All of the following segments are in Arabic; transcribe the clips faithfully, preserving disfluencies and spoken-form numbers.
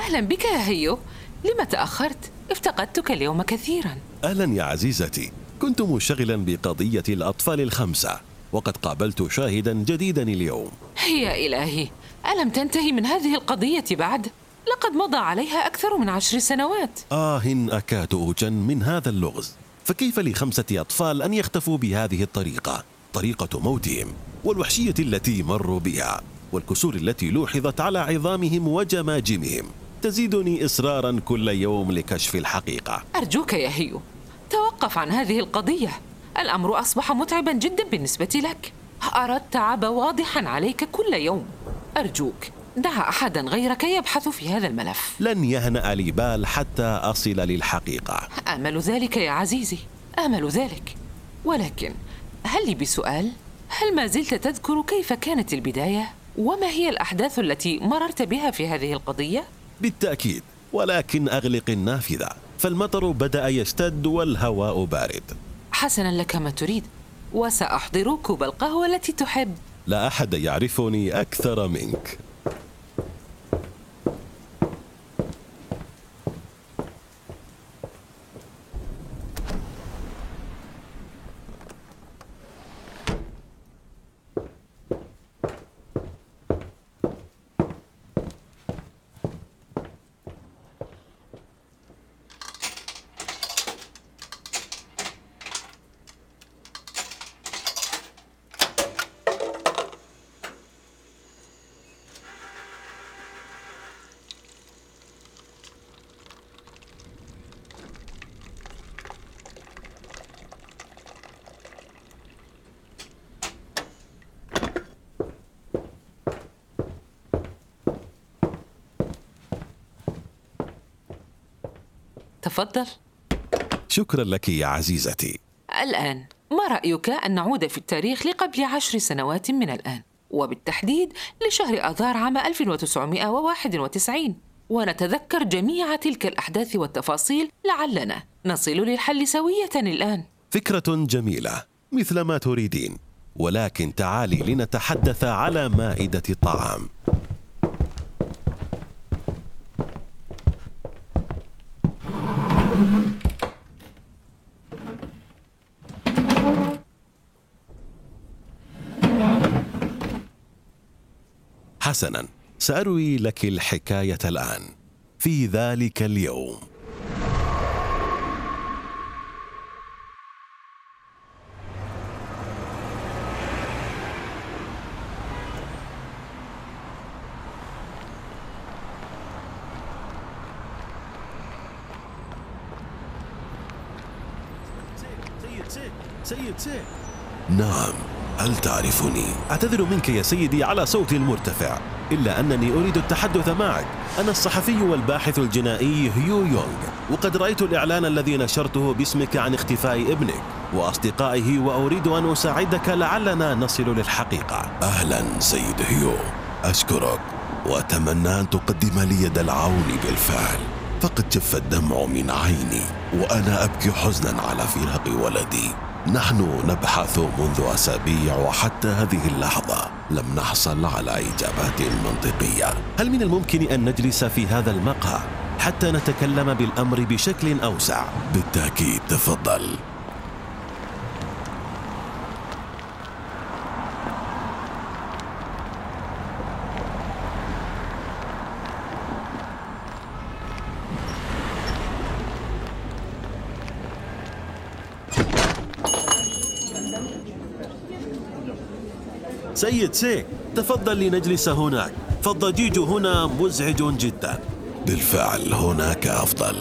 أهلا بك يا هيو. لم تأخرت؟ افتقدتك اليوم كثيرا. أهلا يا عزيزتي، كنت منشغلا بقضية الأطفال الخمسة، وقد قابلت شاهدا جديدا اليوم. يا إلهي، ألم تنتهي من هذه القضية بعد؟ لقد مضى عليها أكثر من عشر سنوات. آه أكاد أوجن من هذا اللغز. فكيف لخمسة أطفال أن يختفوا بهذه الطريقة؟ طريقة موتهم والوحشية التي مروا بها والكسور التي لوحظت على عظامهم وجماجمهم تزيدني إصرارا كل يوم لكشف الحقيقة. أرجوك يا هيو، توقف عن هذه القضية. الأمر أصبح متعبا جدا بالنسبة لك. أرى التعب واضحا عليك كل يوم. أرجوك دع أحدا غيرك يبحث في هذا الملف. لن يهنأ لي بال حتى أصل للحقيقة. آمل ذلك يا عزيزي، آمل ذلك. ولكن هل لي بسؤال؟ هل ما زلت تذكر كيف كانت البداية؟ وما هي الأحداث التي مررت بها في هذه القضية؟ بالتأكيد، ولكن أغلق النافذة، فالمطر بدأ يشتد والهواء بارد. حسنا لك ما تريد، وسأحضر كوب القهوة التي تحب. لا أحد يعرفني أكثر منك. تفضل. شكرا لك يا عزيزتي. الآن ما رأيك أن نعود في التاريخ لقبل عشر سنوات من الآن، وبالتحديد لشهر آذار عام ألف وتسعمائة وواحد وتسعين، ونتذكر جميع تلك الأحداث والتفاصيل لعلنا نصل للحل سوية الآن. فكرة جميلة مثل ما تريدين، ولكن تعالي لنتحدث على مائدة الطعام. حسناً، سأروي لك الحكاية الآن. في ذلك اليوم سيد سيد سيد نعم، هل تعرفني؟ أعتذر منك يا سيدي على صوتي المرتفع، إلا أنني أريد التحدث معك. أنا الصحفي والباحث الجنائي هيو يونغ، وقد رأيت الإعلان الذي نشرته باسمك عن اختفاء ابنك وأصدقائه، وأريد أن أساعدك لعلنا نصل للحقيقة. أهلا سيد هيو، أشكرك وأتمنى أن تقدم لي يد العون بالفعل، فقد جف الدمع من عيني وأنا أبكي حزنا على فراق ولدي. نحن نبحث منذ أسابيع وحتى هذه اللحظة لم نحصل على إجابات منطقية. هل من الممكن أن نجلس في هذا المقهى حتى نتكلم بالأمر بشكل أوسع؟ بالتأكيد، تفضل. سيد سيك، تفضل لنجلس هناك، فالضجيج هنا مزعج جدا. بالفعل هناك أفضل.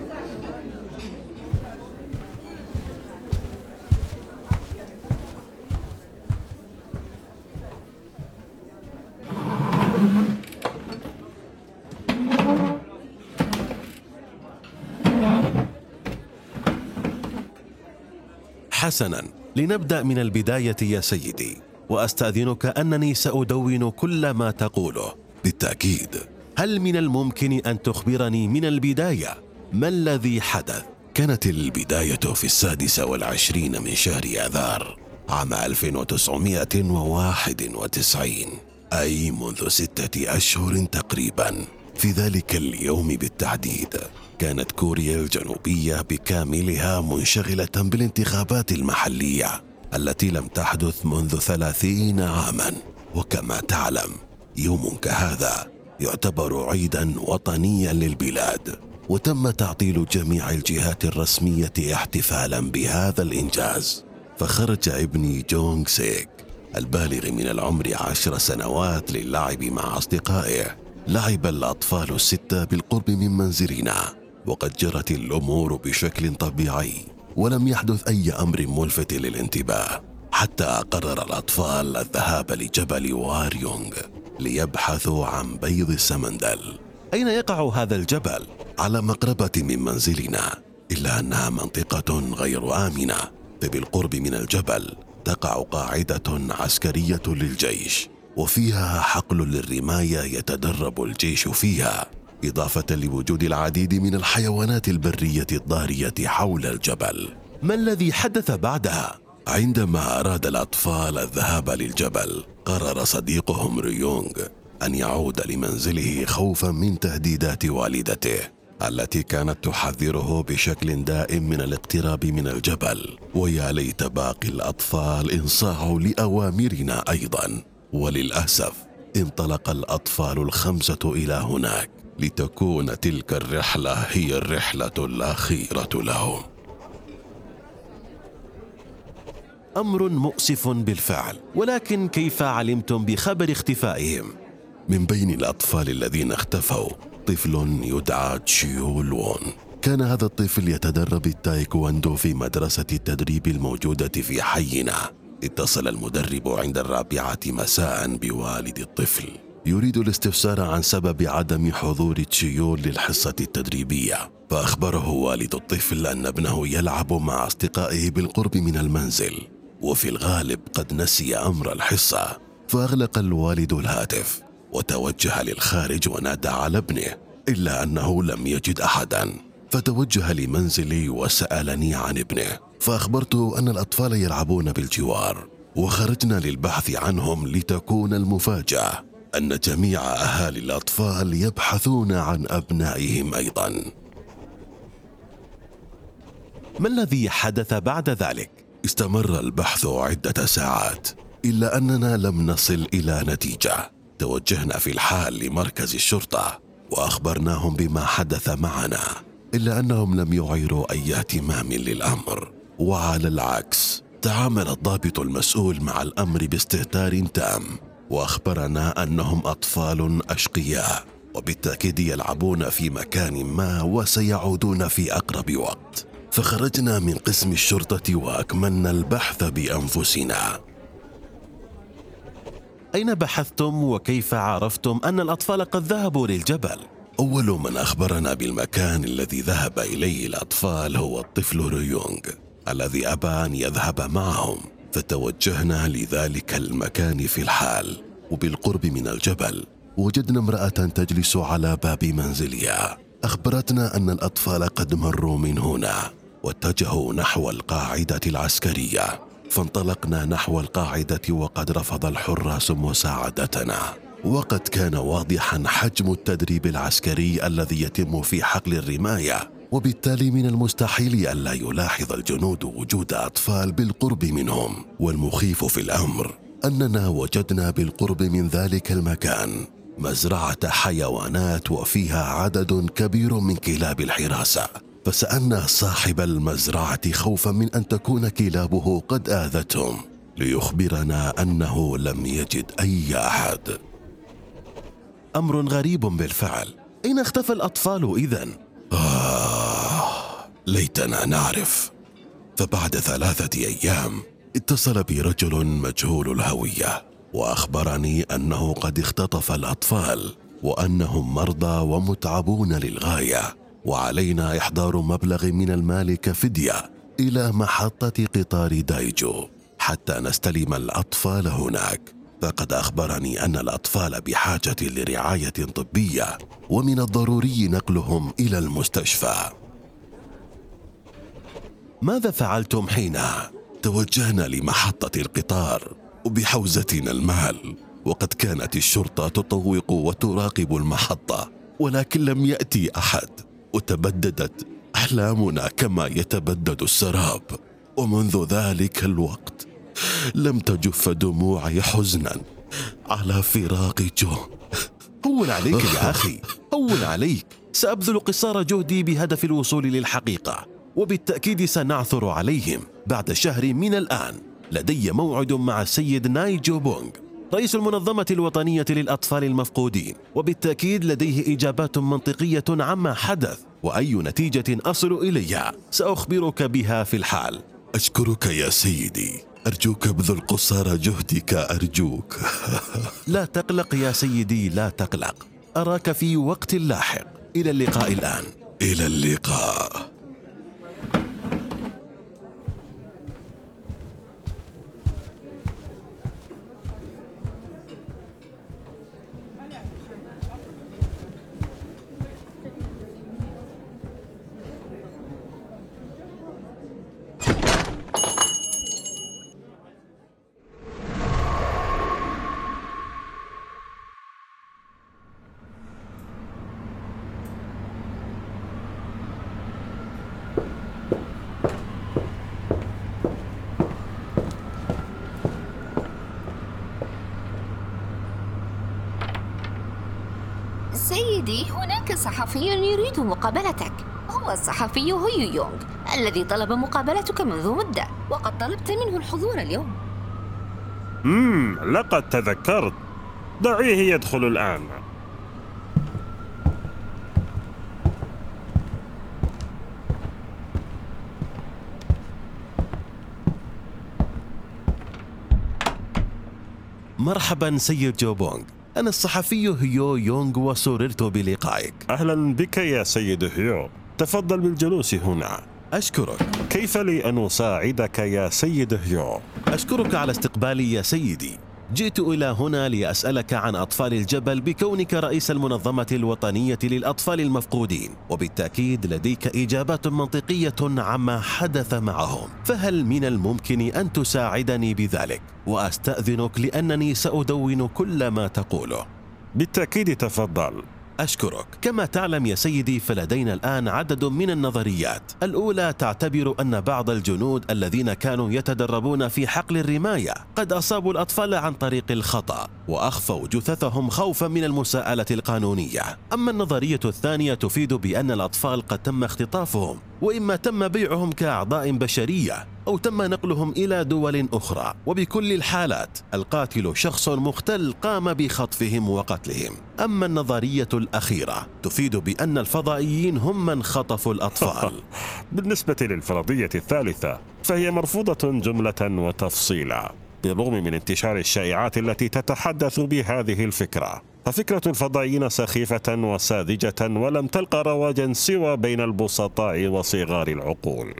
حسنا، لنبدأ من البداية يا سيدي، وأستأذنك أنني سأدون كل ما تقوله. بالتأكيد. هل من الممكن أن تخبرني من البداية ما الذي حدث؟ كانت البداية في السادس والعشرين من شهر آذار عام ألف وتسعمائة وواحد وتسعين، أي منذ ستة أشهر تقريبا. في ذلك اليوم بالتحديد كانت كوريا الجنوبية بكاملها منشغلة بالانتخابات المحلية التي لم تحدث منذ ثلاثين عاما. وكما تعلم يوم كهذا يعتبر عيدا وطنيا للبلاد، وتم تعطيل جميع الجهات الرسمية احتفالا بهذا الإنجاز. فخرج ابني جونغ سيك البالغ من العمر عشر سنوات للعب مع أصدقائه. لعب الأطفال الستة بالقرب من منزلنا، وقد جرت الأمور بشكل طبيعي ولم يحدث أي أمر ملفت للانتباه، حتى قرر الأطفال الذهاب لجبل واريونغ ليبحثوا عن بيض السمندل. أين يقع هذا الجبل؟ على مقربة من منزلنا، إلا أنها منطقة غير آمنة. فبالقرب من الجبل تقع قاعدة عسكرية للجيش، وفيها حقل للرماية يتدرب الجيش فيها، إضافة لوجود العديد من الحيوانات البرية الضارية حول الجبل. ما الذي حدث بعدها؟ عندما أراد الأطفال الذهاب للجبل، قرر صديقهم ريونغ أن يعود لمنزله خوفا من تهديدات والدته التي كانت تحذره بشكل دائم من الاقتراب من الجبل. ويا ليت باقي الأطفال انصاعوا لأوامرنا أيضا. وللأسف انطلق الأطفال الخمسة إلى هناك لتكون تلك الرحلة هي الرحلة الأخيرة لهم. أمر مؤسف بالفعل، ولكن كيف علمتم بخبر اختفائهم؟ من بين الأطفال الذين اختفوا طفل يدعى تشيو لون. كان هذا الطفل يتدرب التايكواندو في مدرسة التدريب الموجودة في حينا. اتصل المدرب عند الرابعة مساء بوالد الطفل يريد الاستفسار عن سبب عدم حضور تشيو للحصة التدريبية، فأخبره والد الطفل أن ابنه يلعب مع أصدقائه بالقرب من المنزل، وفي الغالب قد نسي أمر الحصة. فأغلق الوالد الهاتف وتوجه للخارج ونادى على ابنه، إلا أنه لم يجد أحدا، فتوجه لمنزلي وسألني عن ابنه، فأخبرته أن الأطفال يلعبون بالجوار، وخرجنا للبحث عنهم لتكون المفاجأة أن جميع أهالي الأطفال يبحثون عن أبنائهم أيضا. ما الذي حدث بعد ذلك؟ استمر البحث عدة ساعات، إلا أننا لم نصل إلى نتيجة. توجهنا في الحال لمركز الشرطة وأخبرناهم بما حدث معنا، إلا أنهم لم يعيروا أي اهتمام للأمر، وعلى العكس تعامل الضابط المسؤول مع الأمر باستهتار تام، وأخبرنا أنهم أطفال أشقياء وبالتأكيد يلعبون في مكان ما وسيعودون في أقرب وقت. فخرجنا من قسم الشرطة وأكملنا البحث بأنفسنا. أين بحثتم وكيف عرفتم أن الأطفال قد ذهبوا للجبل؟ أول من أخبرنا بالمكان الذي ذهب إليه الأطفال هو الطفل ريونغ الذي أبى أن يذهب معهم، فتوجهنا لذلك المكان في الحال. وبالقرب من الجبل وجدنا امرأة تجلس على باب منزلها، أخبرتنا أن الأطفال قد مروا من هنا واتجهوا نحو القاعدة العسكرية. فانطلقنا نحو القاعدة وقد رفض الحراس مساعدتنا، وقد كان واضحا حجم التدريب العسكري الذي يتم في حقل الرماية، وبالتالي من المستحيل ألا يلاحظ الجنود وجود أطفال بالقرب منهم. والمخيف في الأمر أننا وجدنا بالقرب من ذلك المكان مزرعة حيوانات وفيها عدد كبير من كلاب الحراسة، فسألنا صاحب المزرعة خوفا من أن تكون كلابه قد آذتهم ليخبرنا أنه لم يجد أي أحد. أمر غريب بالفعل. أين اختفى الأطفال إذن؟ آه ليتنا نعرف. فبعد ثلاثة أيام اتصل بي رجل مجهول الهوية وأخبرني أنه قد اختطف الأطفال وأنهم مرضى ومتعبون للغاية، وعلينا إحضار مبلغ من المال كفدية إلى محطة قطار دايجو حتى نستلم الأطفال هناك. فقد أخبرني أن الأطفال بحاجة لرعاية طبية ومن الضروري نقلهم إلى المستشفى. ماذا فعلتم حينها؟ توجهنا لمحطة القطار وبحوزتنا المال، وقد كانت الشرطة تطوق وتراقب المحطة، ولكن لم يأتي أحد، وتبددت أحلامنا كما يتبدد السراب. ومنذ ذلك الوقت لم تجف دموعي حزنا على فراق جون. هون عليك يا أخي، هون عليك. سأبذل قصارى جهدي بهدف الوصول للحقيقة، وبالتأكيد سنعثر عليهم بعد شهر من الآن. لدي موعد مع السيد ناي جو بونغ، رئيس المنظمة الوطنية للأطفال المفقودين، وبالتأكيد لديه إجابات منطقية عما حدث، وأي نتيجة أصل إليها سأخبرك بها في الحال. أشكرك يا سيدي، أرجوك ابذل قصارى جهدك أرجوك. لا تقلق يا سيدي، لا تقلق. أراك في وقت لاحق. إلى اللقاء الآن. إلى اللقاء. سيدي، هناك صحفي يريد مقابلتك. هو الصحفي هيو يونغ الذي طلب مقابلتك منذ مدة، وقد طلبت منه الحضور اليوم. امم لقد تذكرت. دعيه يدخل الآن. مرحبا سيد جو بونغ، أنا الصحفي هيو يونغ وسررت بلقائك. أهلا بك يا سيد هيو، تفضل بالجلوس هنا. أشكرك. كيف لي أن أساعدك يا سيد هيو؟ أشكرك على استقبالي يا سيدي. جئت إلى هنا لأسألك عن أطفال الجبل بكونك رئيس المنظمة الوطنية للأطفال المفقودين، وبالتأكيد لديك إجابات منطقية عما حدث معهم، فهل من الممكن أن تساعدني بذلك؟ وأستأذنك لأنني سأدون كل ما تقوله. بالتأكيد، تفضل. أشكرك. كما تعلم يا سيدي، فلدينا الآن عدد من النظريات. الأولى تعتبر أن بعض الجنود الذين كانوا يتدربون في حقل الرماية قد أصابوا الأطفال عن طريق الخطأ وأخفوا جثثهم خوفا من المساءلة القانونية. أما النظرية الثانية تفيد بأن الأطفال قد تم اختطافهم، وإما تم بيعهم كأعضاء بشرية أو تم نقلهم إلى دول أخرى، وبكل الحالات القاتل شخص مختل قام بخطفهم وقتلهم. أما النظرية الأخيرة تفيد بأن الفضائيين هم من خطفوا الأطفال. بالنسبة للفرضية الثالثة فهي مرفوضة جملة وتفصيلا، بالرغم من انتشار الشائعات التي تتحدث بهذه الفكرة. ففكرة الفضائيين سخيفة وساذجة ولم تلقى رواجا سوى بين البسطاء وصغار العقول.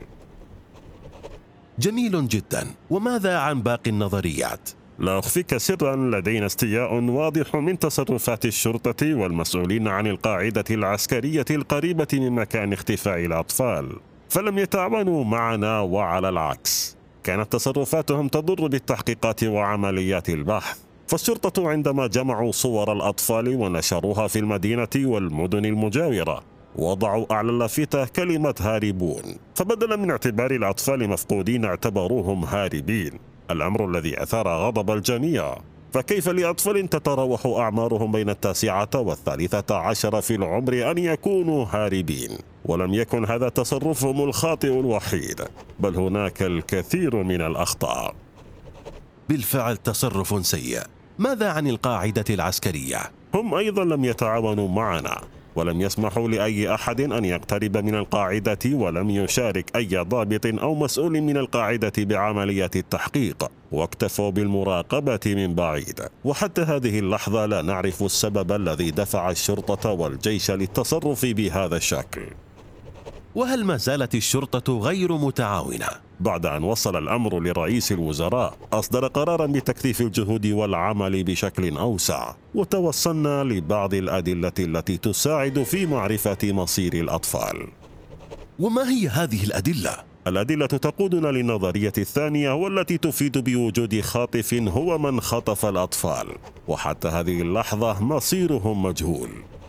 جميل جدا. وماذا عن باقي النظريات؟ لا أخفيك سرا، لدينا استياء واضح من تصرفات الشرطة والمسؤولين عن القاعدة العسكرية القريبة من مكان اختفاء الأطفال، فلم يتعاونوا معنا، وعلى العكس كانت تصرفاتهم تضر بالتحقيقات وعمليات البحث. فالشرطة عندما جمعوا صور الأطفال ونشروها في المدينة والمدن المجاورة وضعوا أعلى اللافتة كلمة هاربون، فبدلا من اعتبار الأطفال مفقودين اعتبروهم هاربين، الأمر الذي أثار غضب الجميع. فكيف لأطفال تتراوح أعمارهم بين التاسعة والثالثة عشر في العمر أن يكونوا هاربين؟ ولم يكن هذا تصرفهم الخاطئ الوحيد، بل هناك الكثير من الأخطاء. بالفعل تصرف سيء. ماذا عن القاعدة العسكرية؟ هم أيضا لم يتعاونوا معنا، ولم يسمحوا لأي أحد أن يقترب من القاعدة، ولم يشارك أي ضابط أو مسؤول من القاعدة بعمليات التحقيق، واكتفوا بالمراقبة من بعيد. وحتى هذه اللحظة لا نعرف السبب الذي دفع الشرطة والجيش للتصرف بهذا الشكل. وهل ما زالت الشرطة غير متعاونة؟ بعد أن وصل الأمر لرئيس الوزراء أصدر قرارا بتكثيف الجهود والعمل بشكل أوسع، وتوصلنا لبعض الأدلة التي تساعد في معرفة مصير الأطفال. وما هي هذه الأدلة؟ الأدلة تقودنا للنظرية الثانية، والتي تفيد بوجود خاطف هو من خطف الأطفال، وحتى هذه اللحظة مصيرهم مجهول.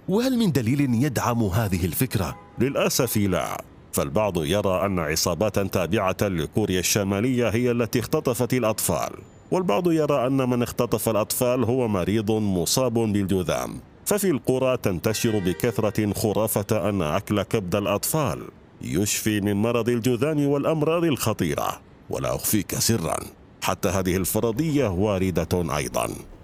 وهل من دليل يدعم هذه الفكرة؟ للأسف لا، فالبعض يرى أن عصابات تابعة لكوريا الشمالية هي التي اختطفت الأطفال، والبعض يرى أن من اختطف الأطفال هو مريض مصاب بالجذام. ففي القرى تنتشر بكثرة خرافة أن أكل كبد الأطفال يشفي من مرض الجذام والأمراض الخطيرة. ولا أخفيك سرا، حتى هذه الفرضية واردة أيضا.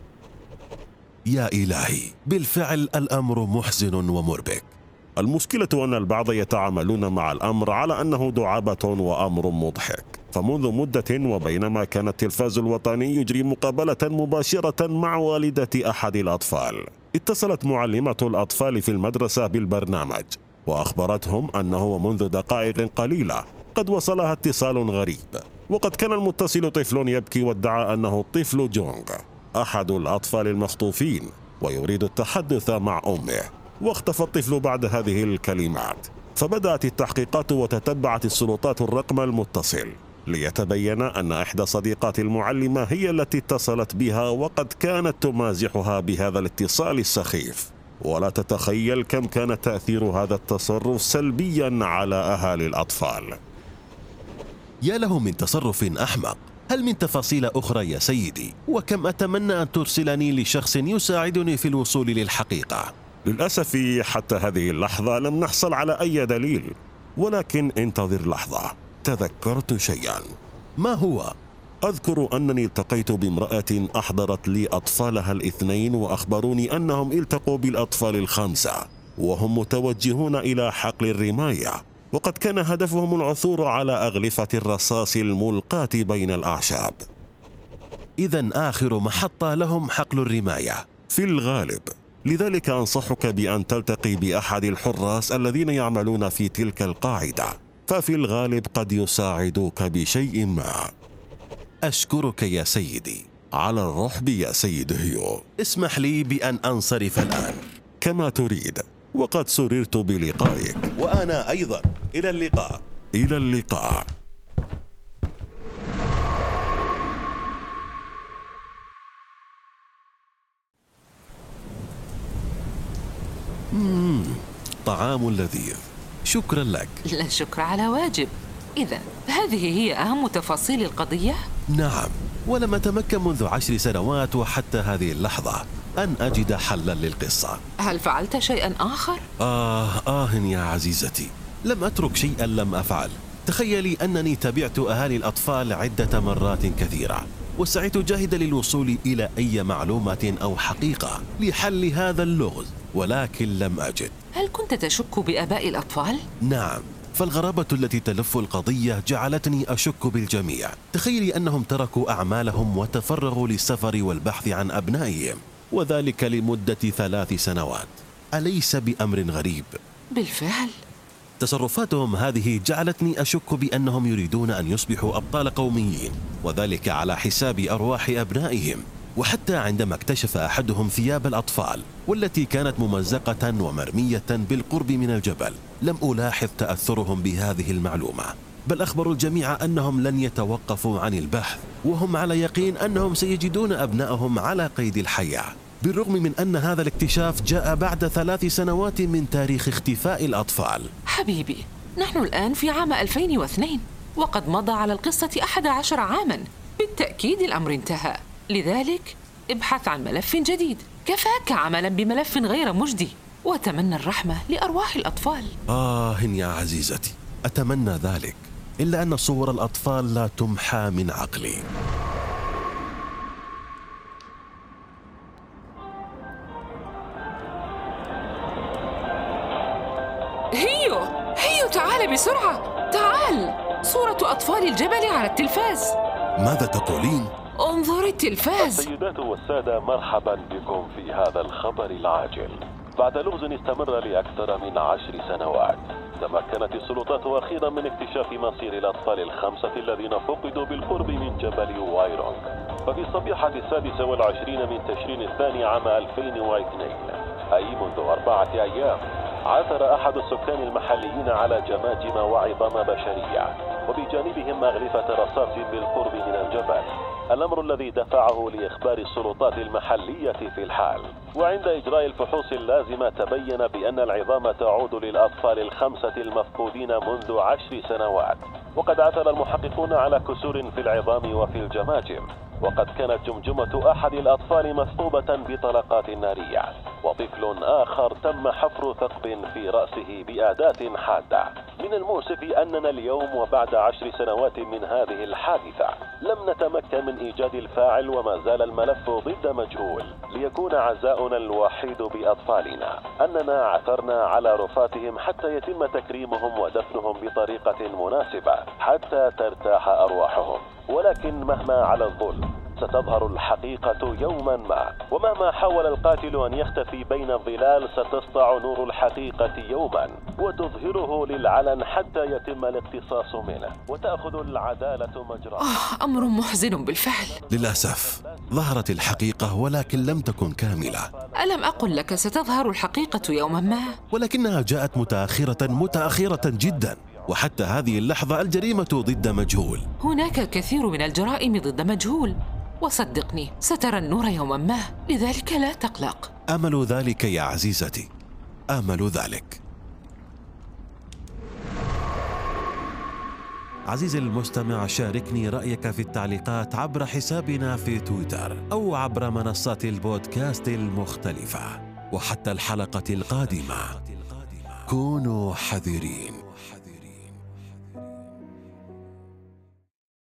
يا إلهي، بالفعل الأمر محزن ومربك. المشكلة أن البعض يتعاملون مع الأمر على أنه دعابة وأمر مضحك. فمنذ مدة وبينما كان التلفاز الوطني يجري مقابلة مباشرة مع والدة أحد الأطفال، اتصلت معلمة الأطفال في المدرسة بالبرنامج وأخبرتهم أنه منذ دقائق قليلة قد وصلها اتصال غريب، وقد كان المتصل طفل يبكي وادعى أنه الطفل جونغ أحد الأطفال المخطوفين ويريد التحدث مع أمه. واختفى الطفل بعد هذه الكلمات، فبدأت التحقيقات وتتبعت السلطات الرقم المتصل ليتبين أن إحدى صديقات المعلمة هي التي اتصلت بها، وقد كانت تمازحها بهذا الاتصال السخيف. ولا تتخيل كم كان تأثير هذا التصرف سلبيا على أهالي الأطفال. يا له من تصرف أحمق. هل من تفاصيل أخرى يا سيدي؟ وكم أتمنى أن ترسلني لشخص يساعدني في الوصول للحقيقة. للأسف حتى هذه اللحظة لم نحصل على أي دليل، ولكن انتظر لحظة، تذكرت شيئا. ما هو؟ أذكر أنني التقيت بامرأة أحضرت لي أطفالها الاثنين وأخبروني أنهم التقوا بالأطفال الخمسة وهم متوجهون إلى حقل الرماية، وقد كان هدفهم العثور على أغلفة الرصاص الملقاة بين الأعشاب. إذن آخر محطة لهم حقل الرماية في الغالب، لذلك أنصحك بأن تلتقي بأحد الحراس الذين يعملون في تلك القاعدة، ففي الغالب قد يساعدوك بشيء ما. أشكرك يا سيدي. على الرحب يا سيد هيو. اسمح لي بأن أنصرف الآن. كما تريد، وقد سررت بلقائك. وأنا أيضا. إلى اللقاء. إلى اللقاء. مم. طعام لذيذ، شكرا لك. لا شكر على واجب. إذن هذه هي أهم تفاصيل القضية؟ نعم، ولم أتمكن منذ عشر سنوات وحتى هذه اللحظة أن أجد حلا للقصة. هل فعلت شيئا آخر؟ آه آه يا عزيزتي، لم أترك شيئا لم أفعل. تخيلي أنني تابعت أهالي الأطفال عدة مرات كثيرة، وسعيت جاهدا للوصول إلى أي معلومات أو حقيقة لحل هذا اللغز، ولكن لم أجد. هل كنت تشك بآباء الأطفال؟ نعم، فالغرابة التي تلف القضية جعلتني أشك بالجميع. تخيلي أنهم تركوا أعمالهم وتفرغوا للسفر والبحث عن أبنائهم، وذلك لمدة ثلاث سنوات. أليس بأمر غريب؟ بالفعل. تصرفاتهم هذه جعلتني أشك بأنهم يريدون أن يصبحوا أبطال قوميين، وذلك على حساب أرواح أبنائهم. وحتى عندما اكتشف أحدهم ثياب الأطفال والتي كانت ممزقة ومرمية بالقرب من الجبل، لم ألاحظ تأثرهم بهذه المعلومة، بل أخبروا الجميع أنهم لن يتوقفوا عن البحث، وهم على يقين أنهم سيجدون أبنائهم على قيد الحياة، بالرغم من أن هذا الاكتشاف جاء بعد ثلاث سنوات من تاريخ اختفاء الأطفال. حبيبي، نحن الآن في عام ألفين واثنين، وقد مضى على القصة أحد عشر عاما. بالتأكيد الأمر انتهى، لذلك ابحث عن ملف جديد. كفاك عملا بملف غير مجدي، وتمنى الرحمة لأرواح الأطفال. آه يا عزيزتي، أتمنى ذلك، إلا أن صور الأطفال لا تمحى من عقلي. هيو هيو تعال بسرعة، تعال. صورة أطفال الجبل على التلفاز. ماذا تقولين؟ انظر التلفاز. السيدات والسادة، مرحبا بكم في هذا الخبر العاجل. بعد لغز استمر لأكثر من عشر سنوات، تمكنت السلطات أخيرا من اكتشاف مصير الأطفال الخمسة الذين فقدوا بالقرب من جبل وايرونغ. ففي الصبيحة السادسة والعشرين من تشرين الثاني عام ألفين واثنين، أي منذ أربعة أيام، عثر أحد السكان المحليين على جماجم وعظام بشرية وبجانبهم أغلفة رصاص بالقرب من الجبل، الأمر الذي دفعه لإخبار السلطات المحلية في الحال. وعند إجراء الفحوص اللازمة تبين بأن العظام تعود للأطفال الخمسة المفقودين منذ عشر سنوات. وقد عثر المحققون على كسور في العظام وفي الجماجم، وقد كانت جمجمة أحد الأطفال مثقوبة بطلقات نارية، وطفل آخر تم حفر ثقب في رأسه بأداة حادة. من المؤسف أننا اليوم وبعد عشر سنوات من هذه الحادثة لم نتمكن من إيجاد الفاعل، وما زال الملف ضد مجهول، ليكون عزاؤنا الوحيد بأطفالنا أننا عثرنا على رفاتهم حتى يتم تكريمهم ودفنهم بطريقة مناسبة حتى ترتاح أرواحهم. ولكن مهما على الظلم ستظهر الحقيقة يوما ما، ومهما حاول القاتل أن يختفي بين الظلال ستسطع نور الحقيقة يوما وتظهره للعلن حتى يتم الاقتصاص منه وتأخذ العدالة مجراها. آه، أمر محزن بالفعل. للأسف ظهرت الحقيقة ولكن لم تكن كاملة. ألم أقل لك ستظهر الحقيقة يوما ما؟ ولكنها جاءت متأخرة متأخرة جدا، وحتى هذه اللحظة الجريمة ضد مجهول. هناك الكثير من الجرائم ضد مجهول، وصدقني سترى النور يوما ما، لذلك لا تقلق. آمل ذلك يا عزيزتي، آمل ذلك. عزيزي المستمع، شاركني رأيك في التعليقات عبر حسابنا في تويتر أو عبر منصات البودكاست المختلفة. وحتى الحلقة القادمة كونوا حذرين.